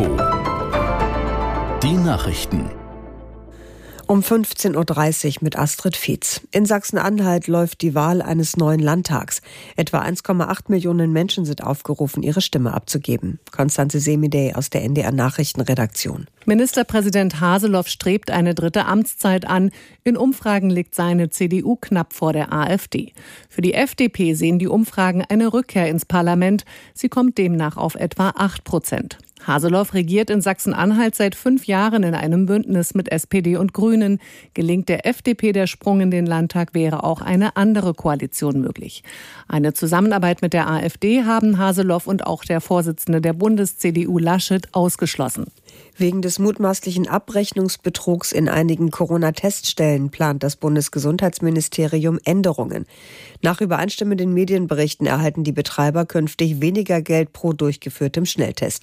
Info. Die Nachrichten. Um 15.30 Uhr mit Astrid Fietz. In Sachsen-Anhalt läuft die Wahl eines neuen Landtags. Etwa 1,8 Millionen Menschen sind aufgerufen, ihre Stimme abzugeben. Konstanze Semidey aus der NDR-Nachrichtenredaktion. Ministerpräsident Haseloff strebt eine dritte Amtszeit an. In Umfragen liegt seine CDU knapp vor der AfD. Für die FDP sehen die Umfragen eine Rückkehr ins Parlament. Sie kommt demnach auf etwa 8%. Haseloff regiert in Sachsen-Anhalt seit 5 Jahren in einem Bündnis mit SPD und Grünen. Gelingt der FDP der Sprung in den Landtag, wäre auch eine andere Koalition möglich. Eine Zusammenarbeit mit der AfD haben Haseloff und auch der Vorsitzende der Bundes-CDU Laschet ausgeschlossen. Wegen des mutmaßlichen Abrechnungsbetrugs in einigen Corona-Teststellen plant das Bundesgesundheitsministerium Änderungen. Nach übereinstimmenden Medienberichten erhalten die Betreiber künftig weniger Geld pro durchgeführtem Schnelltest.